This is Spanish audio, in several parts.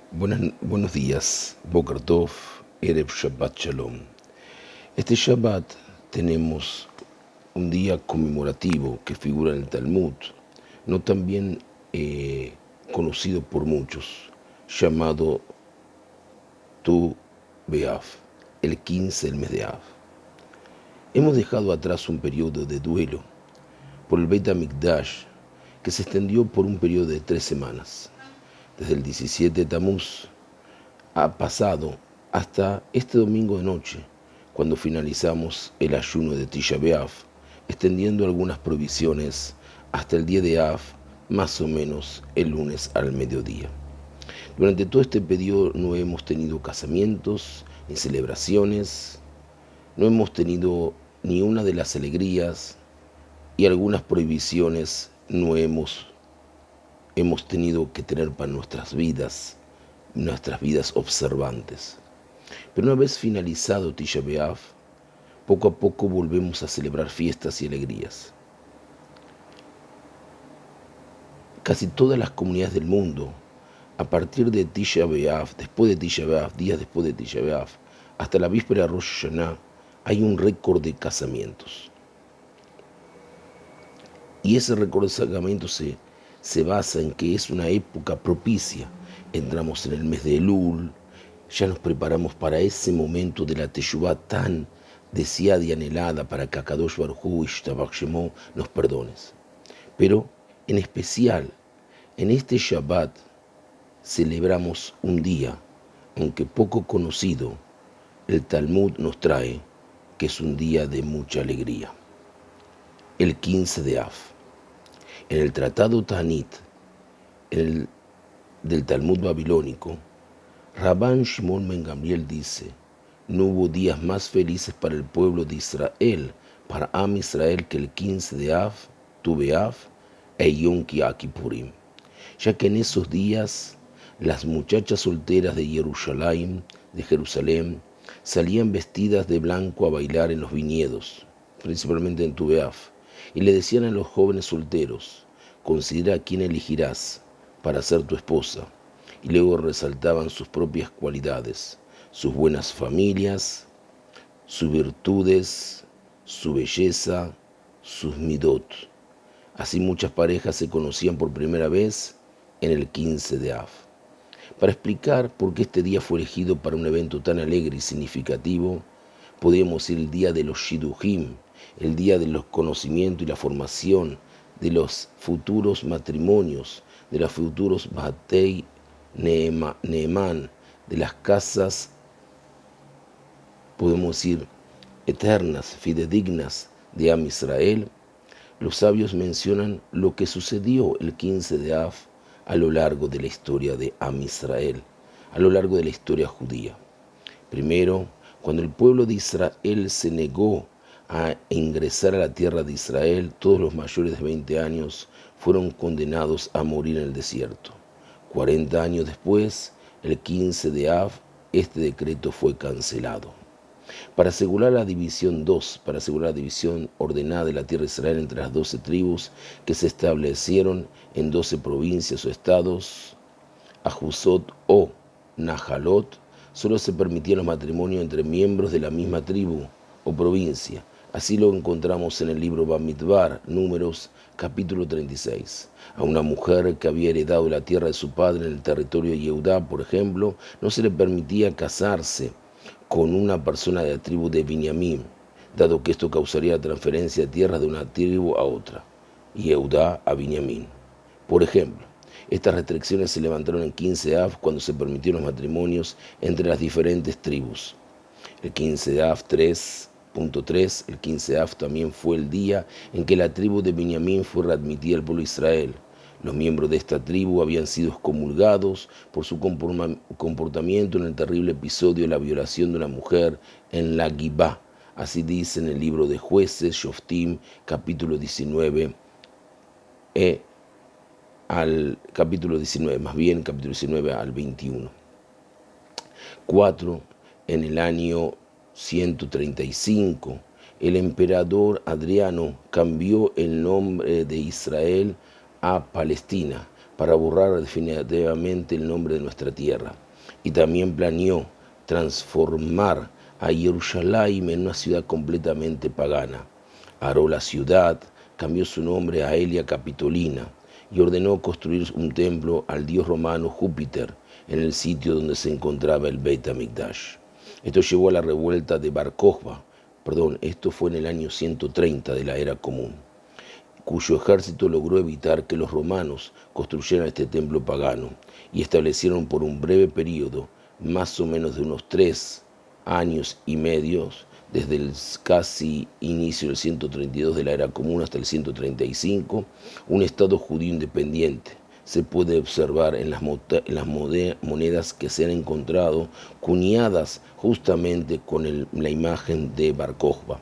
Buenos días, Boker Tov, Erev Shabbat Shalom. Este Shabbat tenemos un día conmemorativo que figura en el Talmud, no tan bien conocido por muchos, llamado Tu Be'av, el 15 del mes de Av. Hemos dejado atrás un periodo de duelo por el Beit HaMikdash que se extendió por un periodo de 3 semanas, desde el 17 de Tamuz ha pasado hasta este domingo de noche, cuando finalizamos el ayuno de Tisha B'Av, extendiendo algunas provisiones hasta el día de Av, más o menos el lunes al mediodía. Durante todo este periodo no hemos tenido casamientos ni celebraciones, no hemos tenido ni una de las alegrías y algunas prohibiciones no hemos tenido que tener para nuestras vidas observantes. Pero una vez finalizado Tisha B'Av, poco a poco volvemos a celebrar fiestas y alegrías. Casi todas las comunidades del mundo, a partir de Tisha B'Av, después de Tisha B'Av, días después de Tisha B'Av, hasta la víspera de Rosh Hashanah, hay un récord de casamientos. Y ese récord de casamientos se basa en que es una época propicia. Entramos en el mes de Elul, ya nos preparamos para ese momento de la Teshuvá tan deseada y anhelada para que Akadosh Baruj Hu y Yishtabach Shemo nos perdones. Pero en especial, en este Shabbat celebramos un día, aunque poco conocido, el Talmud nos trae que es un día de mucha alegría. El 15 de Av. En el Tratado Tanit, del Talmud babilónico, Rabban Shimon ben Gamliel dice: no hubo días más felices para el pueblo de Israel, para Am Israel, que el 15 de Av, Tu Be'av e Yom Kippurim, ya que en esos días las muchachas solteras de Jerusalén, salían vestidas de blanco a bailar en los viñedos, principalmente en Tu Be'av, y le decían a los jóvenes solteros: considera a quién elegirás para ser tu esposa. Y luego resaltaban sus propias cualidades, sus buenas familias, sus virtudes, su belleza, sus midot. Así muchas parejas se conocían por primera vez en el 15 de Av. Para explicar por qué este día fue elegido para un evento tan alegre y significativo, podríamos decir el día de los Shidduchim, el día de los conocimientos y la formación de los futuros matrimonios, de los futuros Batei Neemán, de las casas, podemos decir, eternas, fidedignas de Am Israel. Los sabios mencionan lo que sucedió el 15 de Av a lo largo de la historia de Am Israel, a lo largo de la historia judía. Primero, cuando el pueblo de Israel se negó a ingresar a la tierra de Israel, todos los mayores de 20 años fueron condenados a morir en el desierto. 40 años después, el 15 de Av, este decreto fue cancelado. Para asegurar la división ordenada de la tierra de Israel entre las 12 tribus que se establecieron en 12 provincias o estados, Ajusot o Najalot, solo se permitían los matrimonios entre miembros de la misma tribu o provincia. Así lo encontramos en el libro Bamidbar, Números, capítulo 36. A una mujer que había heredado la tierra de su padre en el territorio de Yehudá, por ejemplo, no se le permitía casarse con una persona de la tribu de Binyamin, dado que esto causaría la transferencia de tierras de una tribu a otra, Yehudá a Binyamin. Por ejemplo, estas restricciones se levantaron en 15 Av cuando se permitieron los matrimonios entre las diferentes tribus. El 15 de Av 3.3, el 15 de Av también fue el día en que la tribu de Binyamin fue readmitida al pueblo de Israel. Los miembros de esta tribu habían sido excomulgados por su comportamiento en el terrible episodio de la violación de una mujer en la Gibá. Así dice en el libro de Jueces, Shoftim, capítulo 19, capítulo 19 al 21. 4. En el año 135, el emperador Adriano cambió el nombre de Israel a Palestina para borrar definitivamente el nombre de nuestra tierra. Y también planeó transformar a Jerusalén en una ciudad completamente pagana. Aró la ciudad, cambió su nombre a Aelia Capitolina y ordenó construir un templo al dios romano Júpiter en el sitio donde se encontraba el Beit HaMikdash. Esto llevó a la revuelta de Bar Kokhba, esto fue en el año 130 de la era común, cuyo ejército logró evitar que los romanos construyeran este templo pagano y establecieron por un breve periodo, más o menos de unos 3 años y medio, desde el casi inicio del 132 de la era común hasta el 135, un estado judío independiente. Se puede observar en las monedas que se han encontrado cuñadas justamente con la imagen de Bar Kokhba.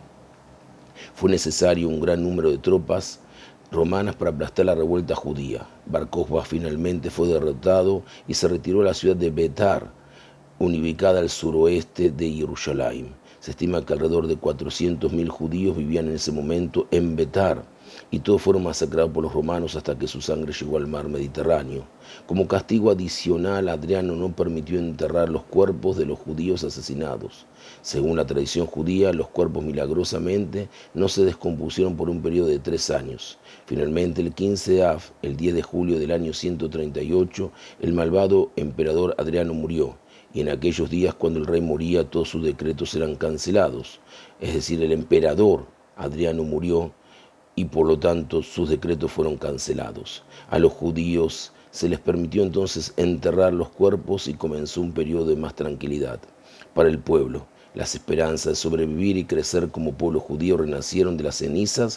Fue necesario un gran número de tropas romanas para aplastar la revuelta judía. Bar Kokhba finalmente fue derrotado y se retiró a la ciudad de Betar, ubicada al suroeste de Jerusalén. Se estima que alrededor de 400.000 judíos vivían en ese momento en Betar, y todos fueron masacrados por los romanos hasta que su sangre llegó al mar Mediterráneo. Como castigo adicional, Adriano no permitió enterrar los cuerpos de los judíos asesinados. Según la tradición judía, los cuerpos milagrosamente no se descompusieron por un periodo de 3 años. Finalmente, el 15 de Av, el 10 de julio del año 138, el malvado emperador Adriano murió. Y en aquellos días, cuando el rey moría, todos sus decretos eran cancelados. Es decir, el emperador Adriano murió y por lo tanto sus decretos fueron cancelados. A los judíos se les permitió entonces enterrar los cuerpos y comenzó un periodo de más tranquilidad. Para el pueblo, las esperanzas de sobrevivir y crecer como pueblo judío renacieron de las cenizas,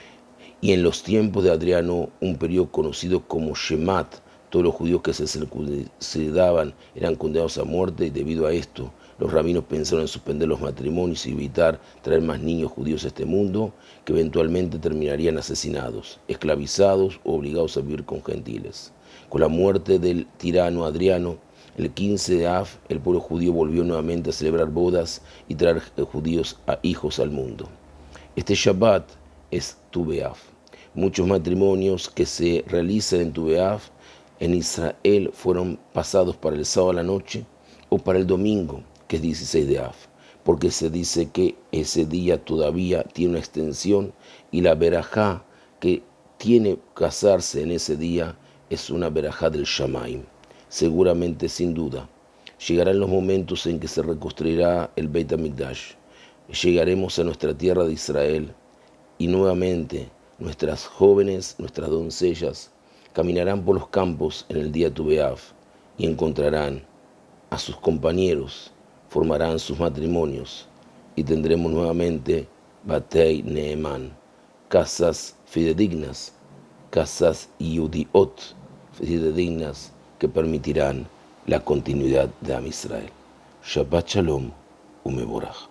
y en los tiempos de Adriano, un periodo conocido como Shemat, todos los judíos que se circuncidaban eran condenados a muerte, y debido a esto los rabinos pensaron en suspender los matrimonios y evitar traer más niños judíos a este mundo, que eventualmente terminarían asesinados, esclavizados o obligados a vivir con gentiles. Con la muerte del tirano Adriano, el 15 de Av, el pueblo judío volvió nuevamente a celebrar bodas y traer judíos a hijos al mundo. Este Shabbat es Tu B'Av. Muchos matrimonios que se realizan en Tu B'Av en Israel fueron pasados para el sábado a la noche o para el domingo, que es 16 de Av, porque se dice que ese día todavía tiene una extensión, y la verajá que tiene casarse en ese día es una verajá del Shamaim. Seguramente, sin duda, llegarán los momentos en que se reconstruirá el Beit HaMikdash. Llegaremos a nuestra tierra de Israel y nuevamente nuestras jóvenes, nuestras doncellas, caminarán por los campos en el día Tu B'Av y encontrarán a sus compañeros, formarán sus matrimonios y tendremos nuevamente Batei Neeman, casas fidedignas, casas Yudiot, fidedignas, que permitirán la continuidad de Am Israel. Shabbat Shalom Umeborach.